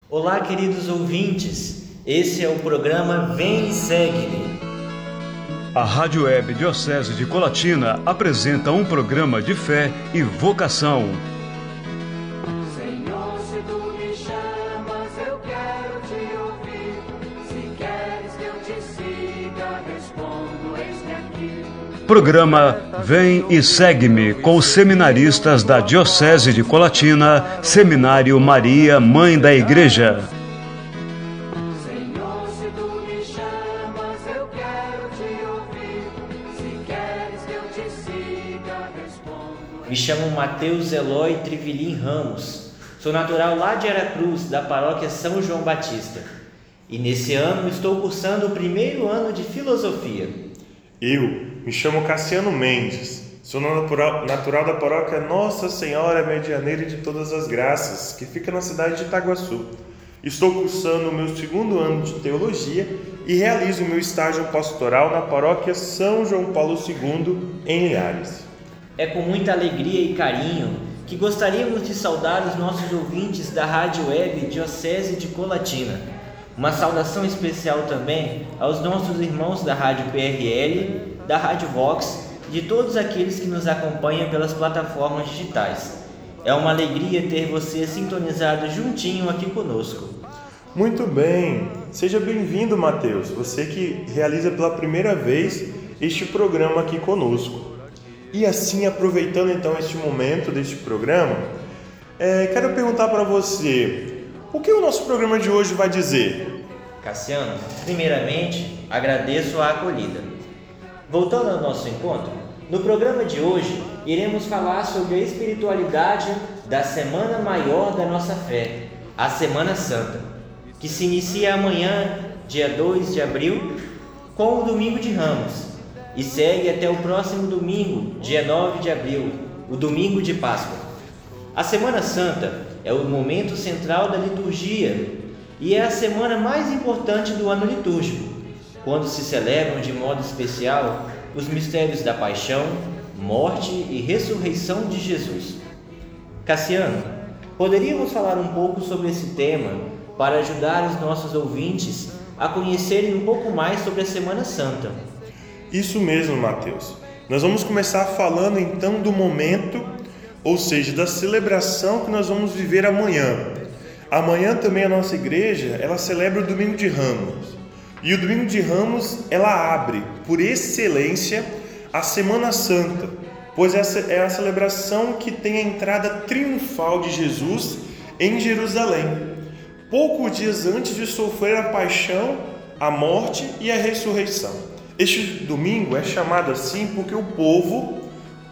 Olá, queridos ouvintes, esse é o programa Vem e Segue-me. A Rádio Web Diocese de Colatina apresenta um programa de fé e vocação. Senhor, se tu me chamas, eu quero te ouvir. Se queres que eu te siga, respondo, eis-me aqui. Programa Vem e Segue-me com os seminaristas da Diocese de Colatina, Seminário Maria, Mãe da Igreja. Senhor, se tu me chamas, eu quero te ouvir. Se queres que eu te siga, respondo. Me chamo Mateus Eloy Trivilim Ramos, sou natural lá de Aracruz, da paróquia São João Batista. E nesse ano estou cursando o primeiro ano de Filosofia. Eu me chamo Cassiano Mendes, sou natural da paróquia Nossa Senhora Medianeira de Todas as Graças, que fica na cidade de Itaguaçu. Estou cursando o meu segundo ano de Teologia e realizo o meu estágio pastoral na paróquia São João Paulo II, em Linhares. É com muita alegria e carinho que gostaríamos de saudar os nossos ouvintes da Rádio Web Diocese de Colatina. Uma saudação especial também aos nossos irmãos da Rádio PRL, da Rádio Vox, de todos aqueles que nos acompanham pelas plataformas digitais. É uma alegria ter você sintonizado juntinho aqui conosco. Muito bem, seja bem-vindo, Mateus, você que realiza pela primeira vez este programa aqui conosco. E assim, aproveitando então este momento deste programa, quero perguntar para você, o que o nosso programa de hoje vai dizer? Cassiano, primeiramente, agradeço a acolhida. Voltando ao nosso encontro, no programa de hoje, iremos falar sobre a espiritualidade da Semana Maior da nossa fé, a Semana Santa, que se inicia amanhã, dia 2 de abril, com o Domingo de Ramos, e segue até o próximo domingo, dia 9 de abril, o Domingo de Páscoa. A Semana Santa é o momento central da liturgia e é a semana mais importante do ano litúrgico, quando se celebram de modo especial os mistérios da paixão, morte e ressurreição de Jesus. Cassiano, poderíamos falar um pouco sobre esse tema para ajudar os nossos ouvintes a conhecerem um pouco mais sobre a Semana Santa? Isso mesmo, Mateus. Nós vamos começar falando então do momento, ou seja, da celebração que nós vamos viver amanhã. Amanhã também a nossa igreja, ela celebra o Domingo de Ramos. E o Domingo de Ramos, ela abre, por excelência, a Semana Santa, pois essa é a celebração que tem a entrada triunfal de Jesus em Jerusalém, poucos dias antes de sofrer a paixão, a morte e a ressurreição. Este domingo é chamado assim porque o povo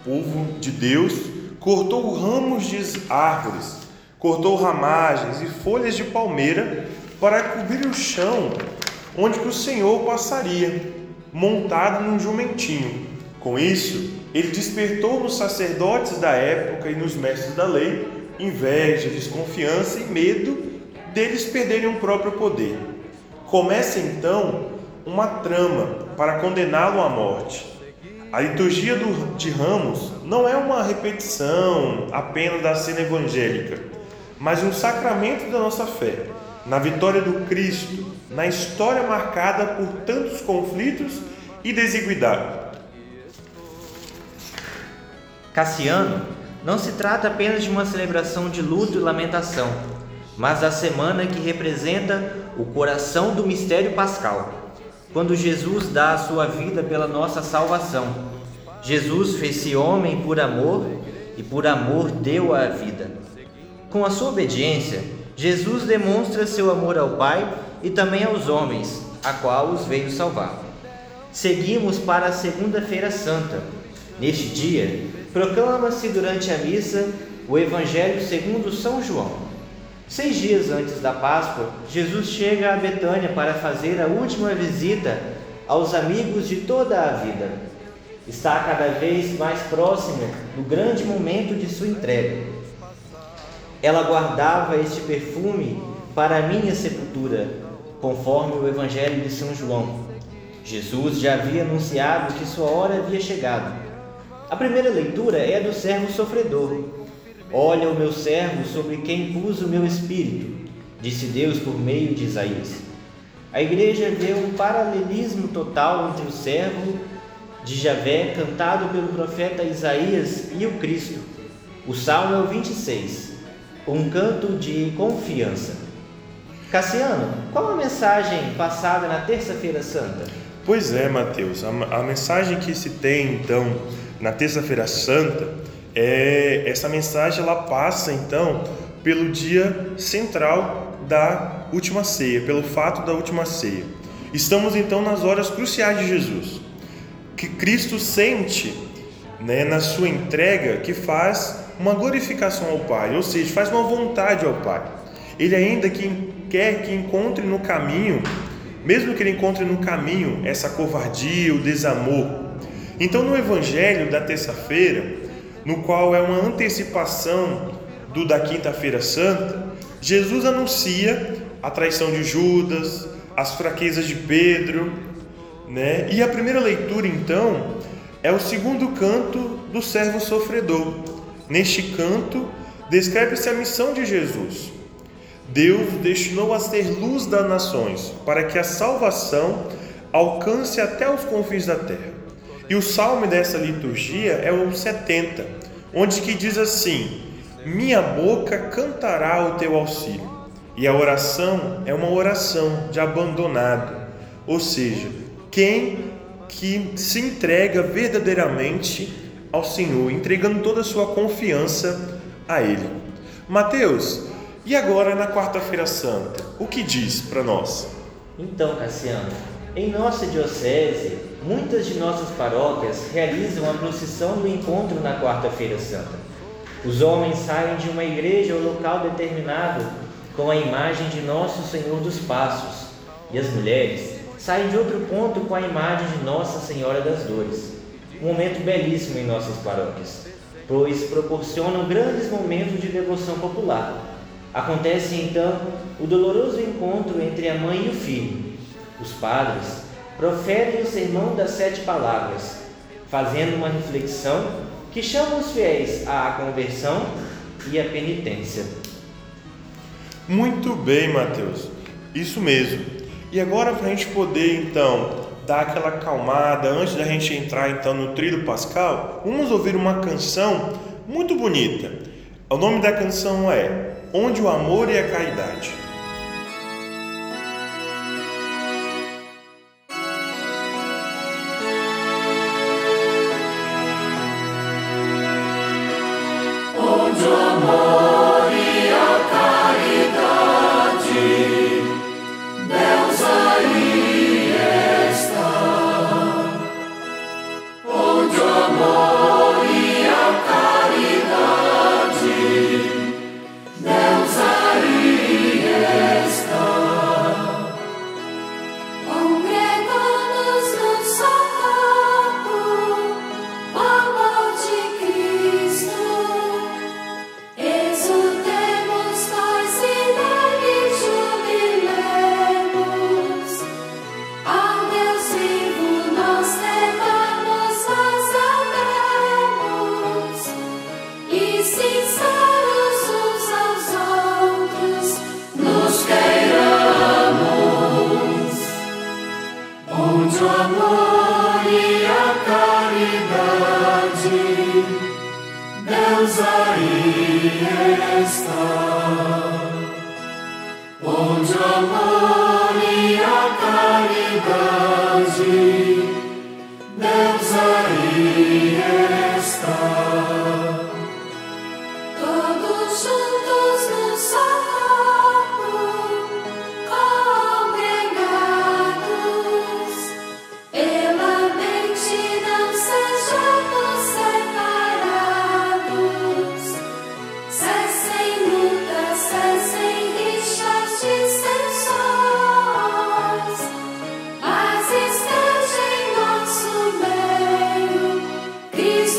de Deus, cortou ramos de árvores, cortou ramagens e folhas de palmeira para cobrir o chão onde que o Senhor passaria, montado num jumentinho. Com isso, ele despertou nos sacerdotes da época e nos mestres da lei inveja, desconfiança e medo deles perderem o próprio poder. Começa então uma trama para condená-lo à morte. A liturgia de Ramos não é uma repetição apenas da cena evangélica, mas um sacramento da nossa fé, na vitória do Cristo, na história marcada por tantos conflitos e desigualdade. Cassiano, não se trata apenas de uma celebração de luto e lamentação, mas da semana que representa o coração do mistério pascal, quando Jesus dá a sua vida pela nossa salvação. Jesus fez-se homem por amor e por amor deu a vida. Com a sua obediência, Jesus demonstra seu amor ao Pai e também aos homens, a qual os veio salvar. Seguimos para a Segunda-feira Santa. Neste dia, proclama-se durante a missa o Evangelho segundo São João. 6 dias antes da Páscoa, Jesus chega a Betânia para fazer a última visita aos amigos de toda a vida. Está cada vez mais próximo do grande momento de sua entrega. Ela guardava este perfume para a minha sepultura, conforme o Evangelho de São João. Jesus já havia anunciado que sua hora havia chegado. A primeira leitura é a do servo sofredor. Olha o meu servo sobre quem pus o meu espírito. disse Deus por meio de Isaías. A igreja vê um paralelismo total entre o servo de Javé, cantado pelo profeta Isaías, e o Cristo. O Salmo é o 26, um canto de confiança. Cassiano, qual a mensagem passada na Terça-feira Santa? Pois é, Mateus, a mensagem que se tem então na Terça-feira Santa essa mensagem ela passa então pelo dia central da última ceia, pelo fato da última ceia. Estamos então nas horas cruciais de Jesus, que Cristo sente, na sua entrega, que faz uma glorificação ao Pai, ou seja, faz uma vontade ao Pai. Ele ainda quer que encontre no caminho, mesmo que ele encontre no caminho essa covardia, o desamor. Então no Evangelho da terça-feira, no qual é uma antecipação da Quinta-feira Santa, Jesus anuncia a traição de Judas, as fraquezas de Pedro, E a primeira leitura, então, é o segundo canto do servo sofredor. Neste canto, descreve-se a missão de Jesus. Deus destinou a ser luz das nações, para que a salvação alcance até os confins da terra. E o salmo dessa liturgia é o 70, onde que diz assim: minha boca cantará o teu auxílio. E a oração é uma oração de abandonado, ou seja, quem que se entrega verdadeiramente ao Senhor, entregando toda a sua confiança a Ele. Mateus, e agora na Quarta-feira Santa, o que diz para nós? Então, Cassiano, em nossa diocese, muitas de nossas paróquias realizam a procissão do encontro na Quarta-feira Santa. Os homens saem de uma igreja ou local determinado com a imagem de Nosso Senhor dos Passos, e as mulheres saem de outro ponto com a imagem de Nossa Senhora das Dores. Um momento belíssimo em nossas paróquias, pois proporcionam grandes momentos de devoção popular. Acontece então o doloroso encontro entre a mãe e o filho. Os padres proferem o sermão das 7 palavras, fazendo uma reflexão que chama os fiéis à conversão e à penitência. Muito bem, Mateus, isso mesmo. E agora, para a gente poder então dar aquela acalmada antes da gente entrar então no Tríduo Pascal, vamos ouvir uma canção muito bonita. O nome da canção é Onde o Amor e a Caridade. Onde o amor e a caridade, Deus aí está. Onde o amor e a caridade, Deus aí está. Congregamos num só corpo, o amor de Cristo. Exultemos nós e nele jubilemos. Ao Deus vivo nós temamos, nós amemos. E sinceros uns aos outros nos queiramos. Onde o amor e a caridade, Deus aí está. Onde o amor e a caridade, Deus aí está. Todos juntos num só corpo, congregados, pela mente não sejamos separados. Cessem lutas, cessem rixas, dissensões, mas esteja em nosso meio Cristo.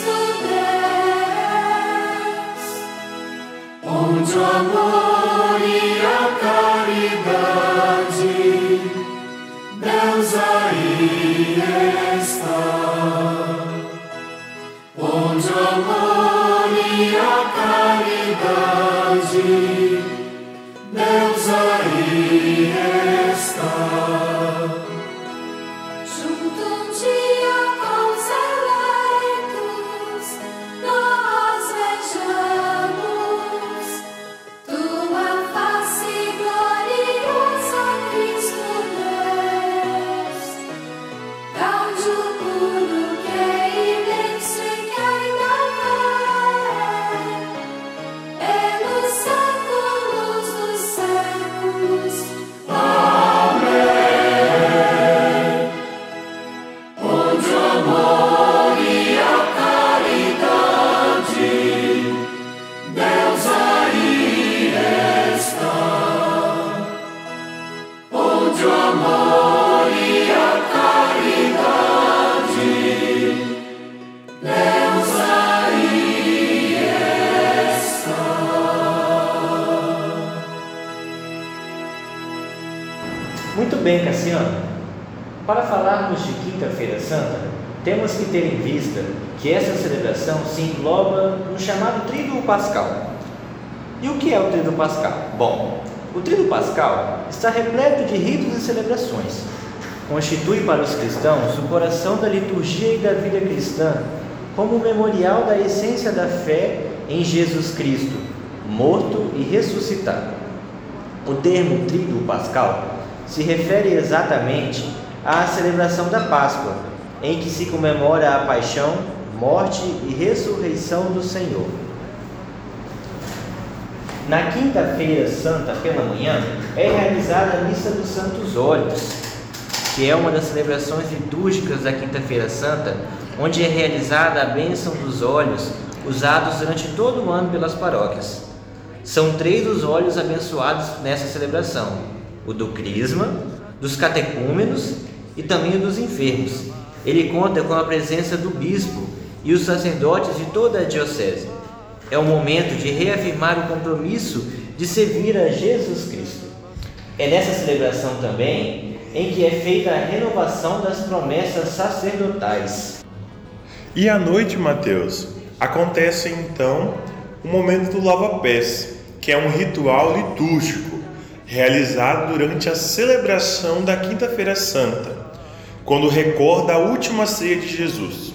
Muito bem, Cassiano. Para falarmos de Quinta-feira Santa, temos que ter em vista que essa celebração se engloba no chamado Tríduo Pascal. E o que é o Tríduo Pascal? Bom, o Tríduo Pascal está repleto de ritos e celebrações. Constitui para os cristãos o coração da liturgia e da vida cristã, como memorial da essência da fé em Jesus Cristo, morto e ressuscitado. O termo Tríduo Pascal se refere exatamente à celebração da Páscoa, em que se comemora a paixão, morte e ressurreição do Senhor. Na Quinta-feira Santa pela manhã é realizada a Missa dos Santos Óleos, que é uma das celebrações litúrgicas da Quinta-feira Santa, onde é realizada a bênção dos óleos usados durante todo o ano pelas paróquias. São 3 os óleos abençoados nessa celebração: o do crisma, dos catecúmenos e também o dos enfermos. Ele conta com a presença do bispo e os sacerdotes de toda a diocese. É o momento de reafirmar o compromisso de servir a Jesus Cristo. É nessa celebração também em que é feita a renovação das promessas sacerdotais. E à noite, Mateus, acontece então o momento do lava-pés, que é um ritual litúrgico realizado durante a celebração da Quinta-feira Santa, quando recorda a última ceia de Jesus.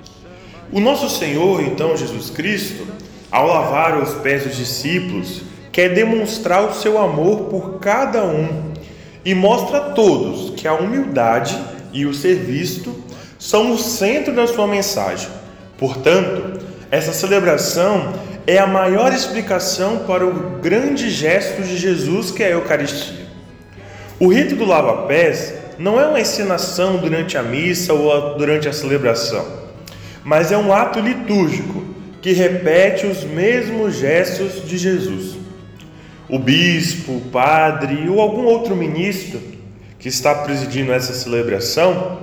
O nosso Senhor, então, Jesus Cristo, ao lavar os pés dos discípulos, quer demonstrar o seu amor por cada um e mostra a todos que a humildade e o serviço são o centro da sua mensagem. Portanto, essa celebração é a maior explicação para o grande gesto de Jesus, que é a Eucaristia. O rito do lava-pés não é uma encenação durante a missa ou durante a celebração, mas é um ato litúrgico que repete os mesmos gestos de Jesus. O bispo, o padre ou algum outro ministro que está presidindo essa celebração,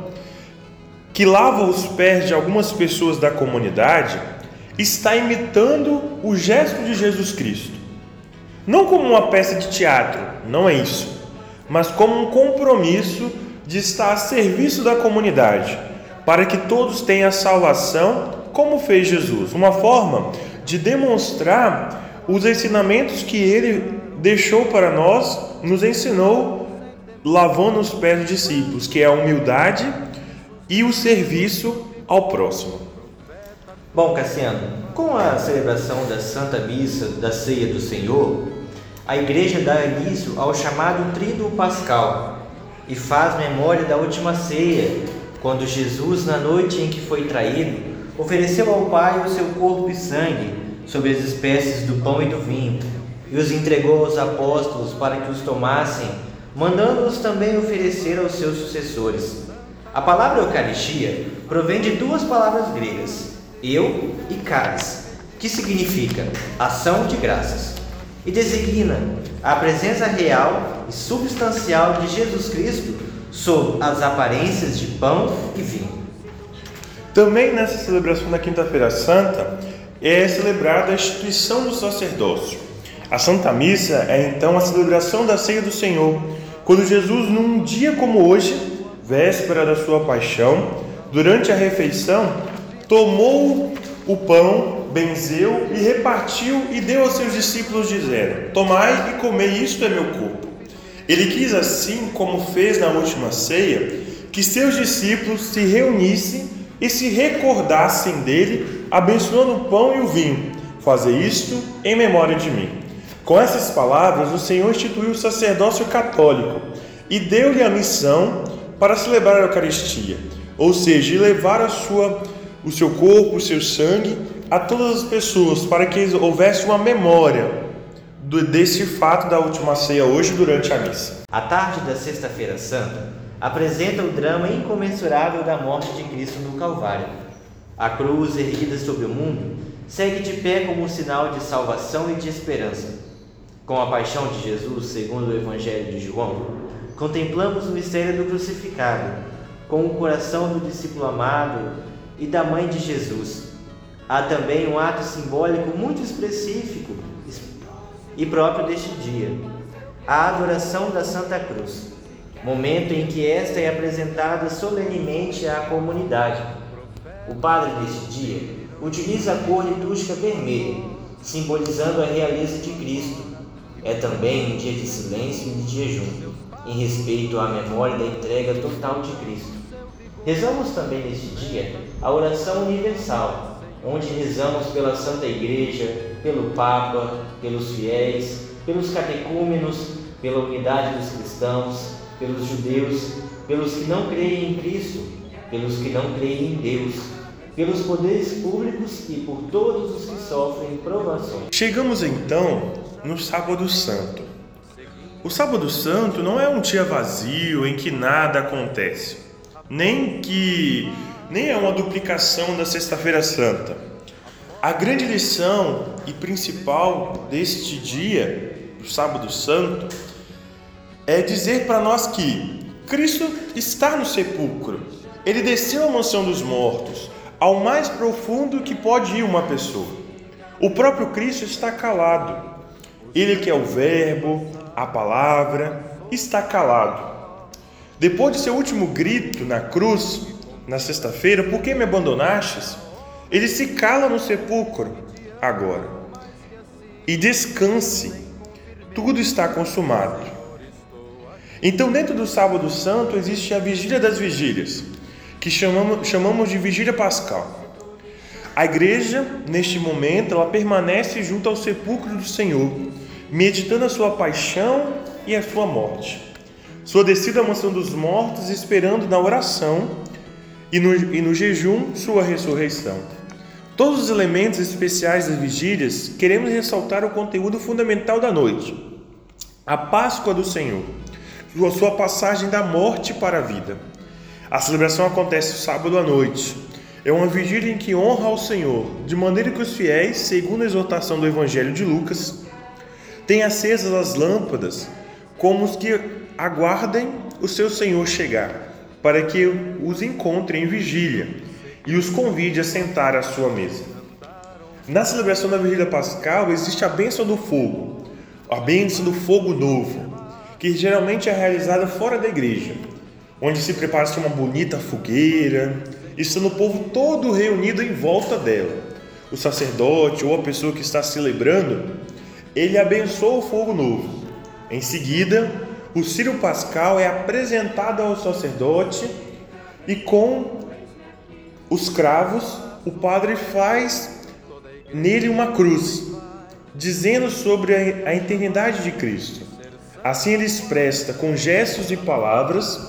que lava os pés de algumas pessoas da comunidade, está imitando o gesto de Jesus Cristo. Não como uma peça de teatro, não é isso, mas como um compromisso de estar a serviço da comunidade, para que todos tenham a salvação, como fez Jesus. Uma forma de demonstrar os ensinamentos que ele deixou para nós, nos ensinou lavando os pés dos discípulos, que é a humildade e o serviço ao próximo. Bom, Cassiano, com a celebração da Santa Missa da Ceia do Senhor, a Igreja dá início ao chamado Tríduo Pascal e faz memória da última ceia, quando Jesus, na noite em que foi traído, ofereceu ao Pai o seu corpo e sangue sobre as espécies do pão e do vinho, e os entregou aos apóstolos para que os tomassem, mandando-os também oferecer aos seus sucessores. A palavra Eucaristia provém de 2 palavras gregas, eu e caris, que significa ação de graças, e designa a presença real e substancial de Jesus Cristo sob as aparências de pão e vinho. Também nessa celebração da Quinta-feira Santa é celebrada a instituição do sacerdócio. A Santa Missa é então a celebração da Ceia do Senhor, quando Jesus, num dia como hoje, véspera da sua paixão, durante a refeição, tomou o pão, benzeu e repartiu e deu aos seus discípulos, dizendo: tomai e comei, isto é meu corpo. Ele quis, assim como fez na última ceia, que seus discípulos se reunissem e se recordassem dele, abençoando o pão e o vinho. Fazer isto em memória de mim. Com essas palavras, o Senhor instituiu o sacerdócio católico e deu-lhe a missão para celebrar a Eucaristia, ou seja, levar o seu corpo, o seu sangue a todas as pessoas, para que houvesse uma memória desse fato da última ceia hoje durante a missa. A tarde da Sexta-feira Santa apresenta o drama incomensurável da morte de Cristo no Calvário. A cruz erguida sobre o mundo segue de pé como um sinal de salvação e de esperança. Com a paixão de Jesus, segundo o Evangelho de João, contemplamos o mistério do crucificado, com o coração do discípulo amado e da mãe de Jesus. Há também um ato simbólico muito específico e próprio deste dia, a adoração da Santa Cruz. momento em que esta é apresentada solenemente à comunidade. O padre, neste dia, utiliza a cor litúrgica vermelha, simbolizando a realeza de Cristo. É também um dia de silêncio e de jejum, em respeito à memória da entrega total de Cristo. Rezamos também neste dia a oração universal, onde rezamos pela Santa Igreja, pelo Papa, pelos fiéis, pelos catecúmenos, pela unidade dos cristãos, pelos judeus, pelos que não creem em Cristo, pelos que não creem em Deus, pelos poderes públicos e por todos os que sofrem provações. Chegamos então no Sábado Santo. O Sábado Santo não é um dia vazio em que nada acontece, nem é uma duplicação da Sexta-feira Santa. A grande lição e principal deste dia, do Sábado Santo, é dizer para nós que Cristo está no sepulcro. Ele desceu à mansão dos mortos, ao mais profundo que pode ir uma pessoa. O próprio Cristo está calado. Ele que é o Verbo, a Palavra, está calado. Depois de seu último grito na cruz, na sexta-feira, por que me abandonastes? Ele se cala no sepulcro agora. E descanse, tudo está consumado. Então, dentro do Sábado Santo, existe a Vigília das Vigílias, que chamamos de Vigília Pascal. A igreja, neste momento, ela permanece junto ao sepulcro do Senhor, meditando a sua paixão e a sua morte, sua descida à mansão dos mortos, esperando na oração e no jejum sua ressurreição. Todos os elementos especiais das vigílias, queremos ressaltar o conteúdo fundamental da noite, a Páscoa do Senhor, a sua passagem da morte para a vida. A celebração acontece sábado à noite. É uma vigília em que honra ao Senhor, de maneira que os fiéis, segundo a exortação do Evangelho de Lucas, têm acesas as lâmpadas, como os que aguardem o seu Senhor chegar, para que os encontre em vigília e os convide a sentar à sua mesa. Na celebração da Vigília Pascal existe a bênção do fogo, a bênção do fogo novo, que geralmente é realizada fora da igreja, onde se prepara-se uma bonita fogueira, estando o povo todo reunido em volta dela. O sacerdote ou a pessoa que está celebrando, ele abençoa o fogo novo. Em seguida, o círio pascal é apresentado ao sacerdote e com os cravos o padre faz nele uma cruz, dizendo sobre a eternidade de Cristo. Assim ele expressa com gestos e palavras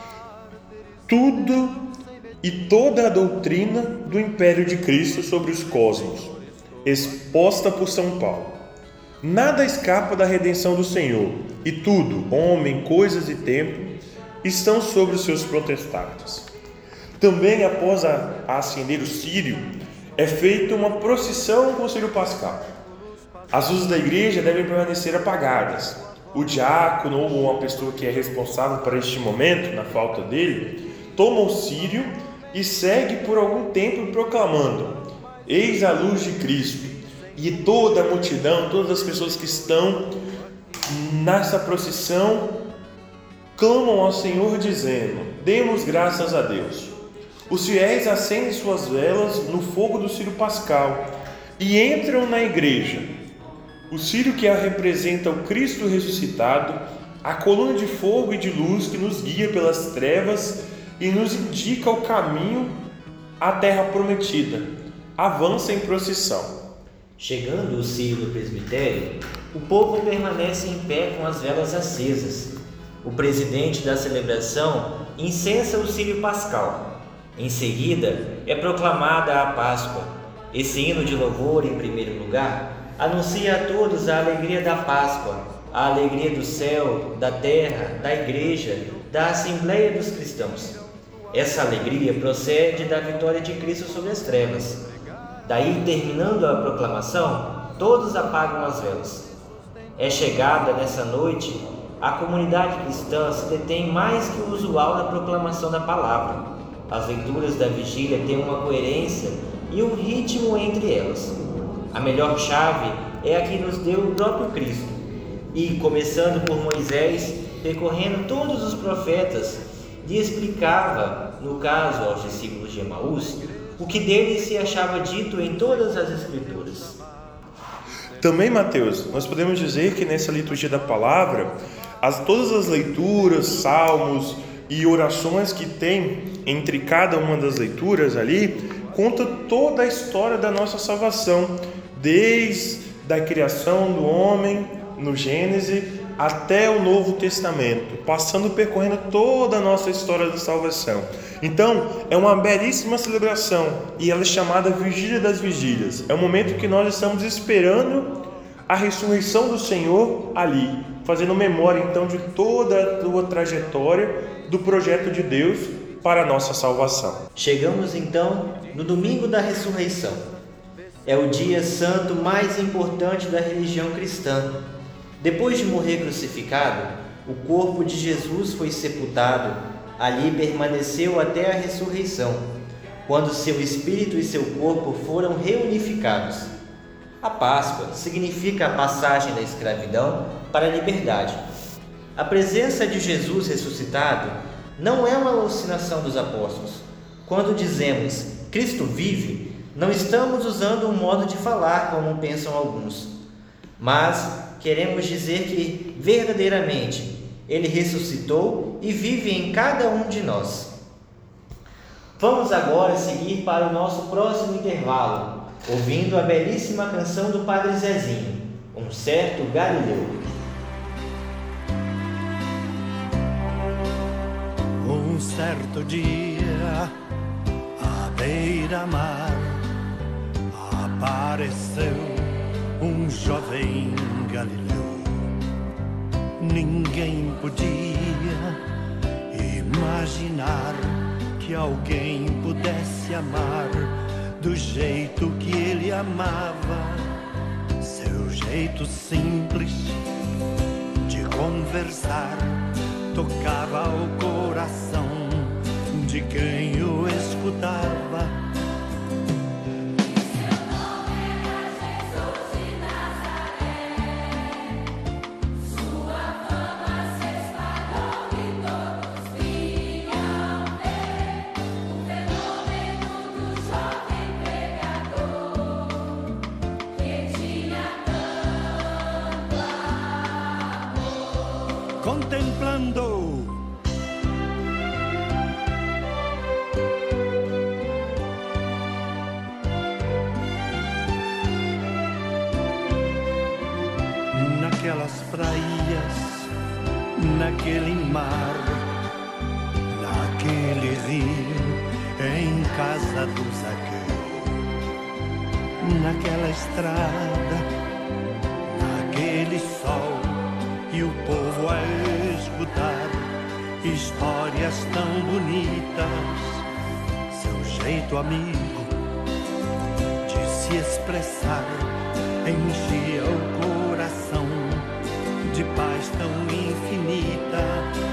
tudo e toda a doutrina do império de Cristo sobre os cosmos, exposta por São Paulo. Nada escapa da redenção do Senhor, e tudo, homem, coisas e tempo, estão sobre os seus potestados. Também, após acender o círio, é feita uma procissão com o círio pascal. As luzes da igreja devem permanecer apagadas. O diácono ou uma pessoa que é responsável para este momento, na falta dele, toma o círio e segue por algum tempo proclamando: eis a luz de Cristo. E toda a multidão, todas as pessoas que estão nessa procissão, clamam ao Senhor dizendo: demos graças a Deus. Os fiéis acendem suas velas no fogo do círio pascal e entram na igreja. O círio que representa o Cristo ressuscitado, a coluna de fogo e de luz que nos guia pelas trevas e nos indica o caminho à terra prometida, avança em procissão. Chegando o círio no presbitério, o povo permanece em pé com as velas acesas. O presidente da celebração incensa o círio pascal. Em seguida, é proclamada a Páscoa. Esse hino de louvor, em primeiro lugar, anuncia a todos a alegria da Páscoa, a alegria do céu, da terra, da igreja, da Assembleia dos Cristãos. Essa alegria procede da vitória de Cristo sobre as trevas. Daí, terminando a proclamação, todos apagam as velas. É chegada nessa noite, a comunidade cristã se detém mais que o usual na proclamação da palavra. As leituras da vigília têm uma coerência e um ritmo entre elas. A melhor chave é a que nos deu o próprio Cristo. E, começando por Moisés, percorrendo todos os profetas, lhe explicava, no caso aos discípulos de Emaús, o que dele se achava dito em todas as Escrituras. Também, Mateus, nós podemos dizer que nessa liturgia da palavra, todas as leituras, salmos e orações que tem entre cada uma das leituras ali, conta toda a história da nossa salvação, desde a criação do homem no Gênesis até o Novo Testamento, percorrendo toda a nossa história da salvação. Então, é uma belíssima celebração e ela é chamada Vigília das Vigílias. É o momento que nós estamos esperando a ressurreição do Senhor ali, fazendo memória então de toda a tua trajetória do projeto de Deus para a nossa salvação. Chegamos então no domingo da ressurreição. É o dia santo mais importante da religião cristã. Depois de morrer crucificado, o corpo de Jesus foi sepultado. Ali permaneceu até a ressurreição, quando seu espírito e seu corpo foram reunificados. A Páscoa significa a passagem da escravidão para a liberdade. A presença de Jesus ressuscitado não é uma alucinação dos apóstolos. Quando dizemos Cristo vive, não estamos usando um modo de falar como pensam alguns, mas queremos dizer que verdadeiramente Ele ressuscitou e vive em cada um de nós. Vamos agora seguir para o nosso próximo intervalo, ouvindo a belíssima canção do Padre Zezinho, Um Certo Galileu. Um certo dia, à beira-mar, apareceu um jovem Galileu. Ninguém podia imaginar que alguém pudesse amar do jeito que ele amava. Seu jeito simples de conversar tocava o coração de quem o escutava. Contemplando naquelas praias, naquele mar, naquele rio, em casa do Zaqueu, naquela estrada, naquele sol, e o povo a escutar histórias tão bonitas. Seu jeito amigo de se expressar enchia o coração de paz tão infinita.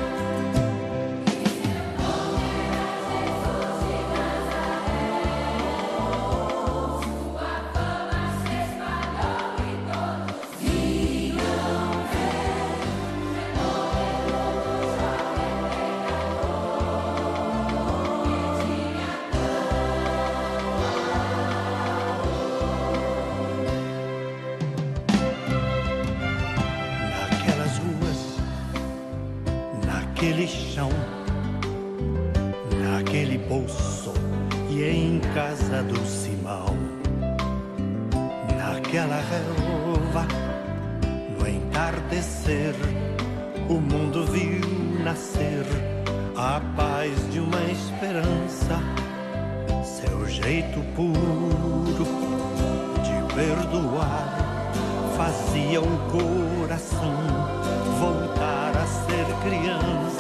Naquele chão, naquele poço e em casa do Simão, naquela relva, no entardecer, o mundo viu nascer a paz de uma esperança. Seu jeito puro de perdoar fazia o coração voltar a ser criança.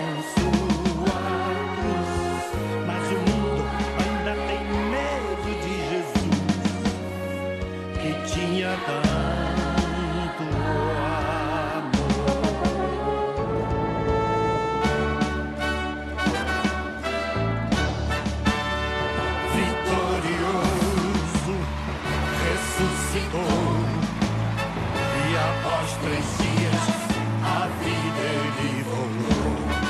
sua cruz, mas o mundo ainda tem medo de Jesus, que tinha tanto amor. Vitorioso, ressuscitou, e após 3 dias a vida ele voltou.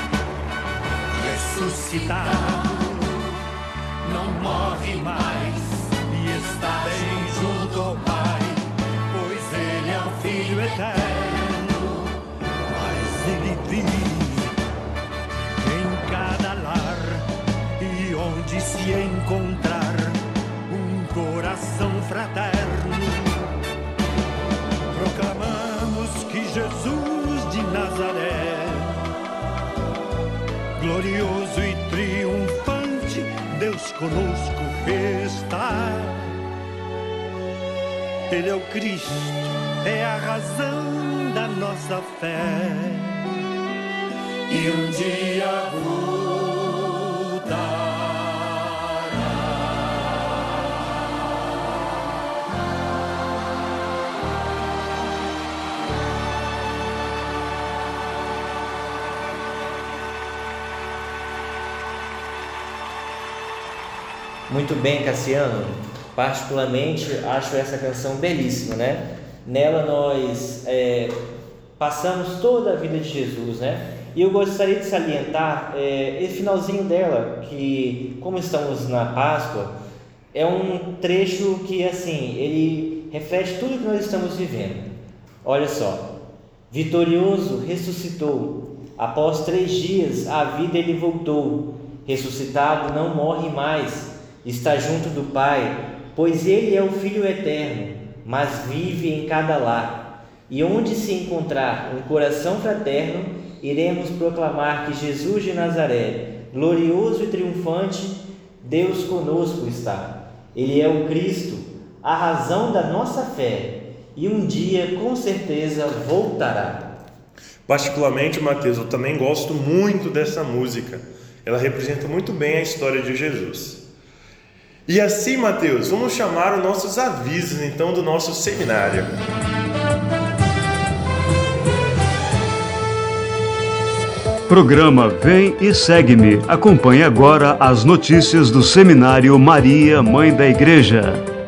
Ressuscitado, não morre mais e está bem junto ao Pai, pois ele é o Filho eterno. Mas ele vive em cada lar e onde se encontrar um coração fraterno. Proclamamos que Jesus de Nazaré, glorioso e triunfante, Deus conosco está. Ele é o Cristo, é a razão da nossa fé, e um dia voltará. Muito bem, Cassiano. Particularmente acho essa canção belíssima, né? Nela nós passamos toda a vida de Jesus, né? E eu gostaria de salientar esse finalzinho dela, que como estamos na Páscoa, é um trecho que assim, ele reflete tudo que nós estamos vivendo. Olha só: vitorioso ressuscitou, após 3 dias a vida ele voltou, ressuscitado não morre mais, está junto do Pai, pois ele é o Filho eterno, mas vive em cada lar. E onde se encontrar um coração fraterno, iremos proclamar que Jesus de Nazaré, glorioso e triunfante, Deus conosco está. Ele é o Cristo, a razão da nossa fé, e um dia com certeza voltará. Particularmente, Mateus, eu também gosto muito dessa música. Ela representa muito bem a história de Jesus. E assim, Mateus, vamos chamar os nossos avisos, então, do nosso seminário. Programa Vem e Segue-me. Acompanhe agora as notícias do Seminário Maria, Mãe da Igreja.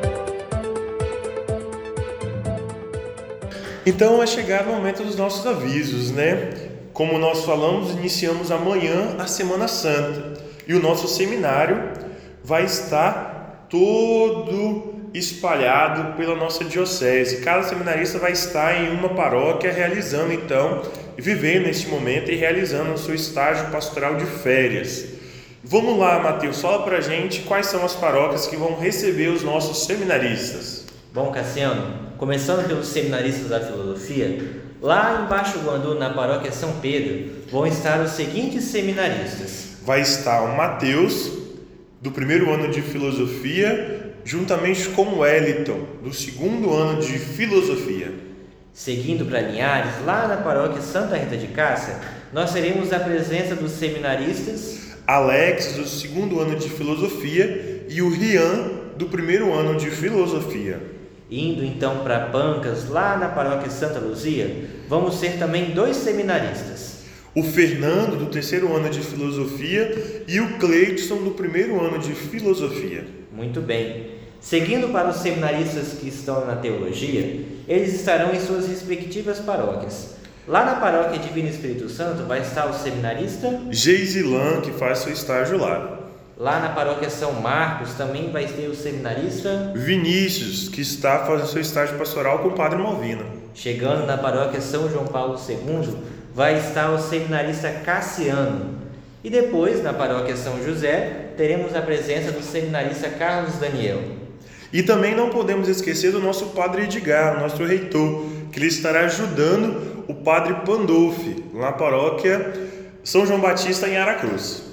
Então, é chegado o momento dos nossos avisos, né? Como nós falamos, iniciamos amanhã a Semana Santa. E o nosso seminário vai estar todo espalhado pela nossa diocese. Cada seminarista vai estar em uma paróquia realizando, então, vivendo neste momento e realizando o seu estágio pastoral de férias. Vamos lá, Mateus, fala pra gente quais são as paróquias que vão receber os nossos seminaristas. Bom, Cassiano, começando pelos seminaristas da filosofia, lá em Baixo Guandu, na paróquia São Pedro, vão estar os seguintes seminaristas. Vai estar o Mateus, do 1º ano de filosofia, juntamente com o Wellington, do 2º ano de filosofia. Seguindo para Linhares, lá na paróquia Santa Rita de Cássia, nós teremos a presença dos seminaristas Alex, do 2º ano de filosofia, e o Rian, do 1º ano de filosofia. Indo então para Pancas, lá na paróquia Santa Luzia, vamos ter também 2 seminaristas. O Fernando, do 3º ano de filosofia, e o Cleidson, do 1º ano de filosofia. Muito bem. Seguindo para os seminaristas que estão na teologia, eles estarão em suas respectivas paróquias. Lá na paróquia Divino Espírito Santo vai estar o seminarista Geisilan, que faz seu estágio lá. Lá na paróquia São Marcos também vai ter o seminarista Vinícius, que está fazendo seu estágio pastoral com o Padre Malvino. Chegando na paróquia São João Paulo II, vai estar o seminarista Cassiano. E depois, na paróquia São José, teremos a presença do seminarista Carlos Daniel. E também não podemos esquecer do nosso Padre Edgar, nosso reitor, que ele estará ajudando o Padre Pandolfi, na paróquia São João Batista, em Aracruz.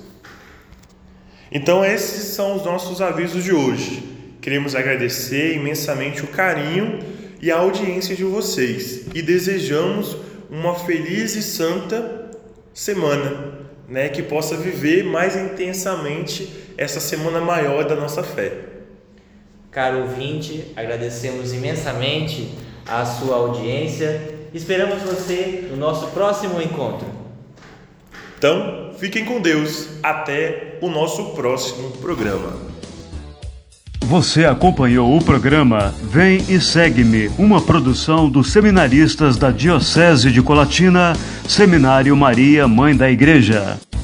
Então, esses são os nossos avisos de hoje. Queremos agradecer imensamente o carinho e a audiência de vocês e desejamos uma feliz e santa semana. né, que possa viver mais intensamente essa semana maior da nossa fé. Caro ouvinte, agradecemos imensamente a sua audiência. Esperamos você no nosso próximo encontro. Então, fiquem com Deus. Até o nosso próximo programa. Você acompanhou o programa Vem e Segue-me, uma produção dos seminaristas da Diocese de Colatina, Seminário Maria, Mãe da Igreja.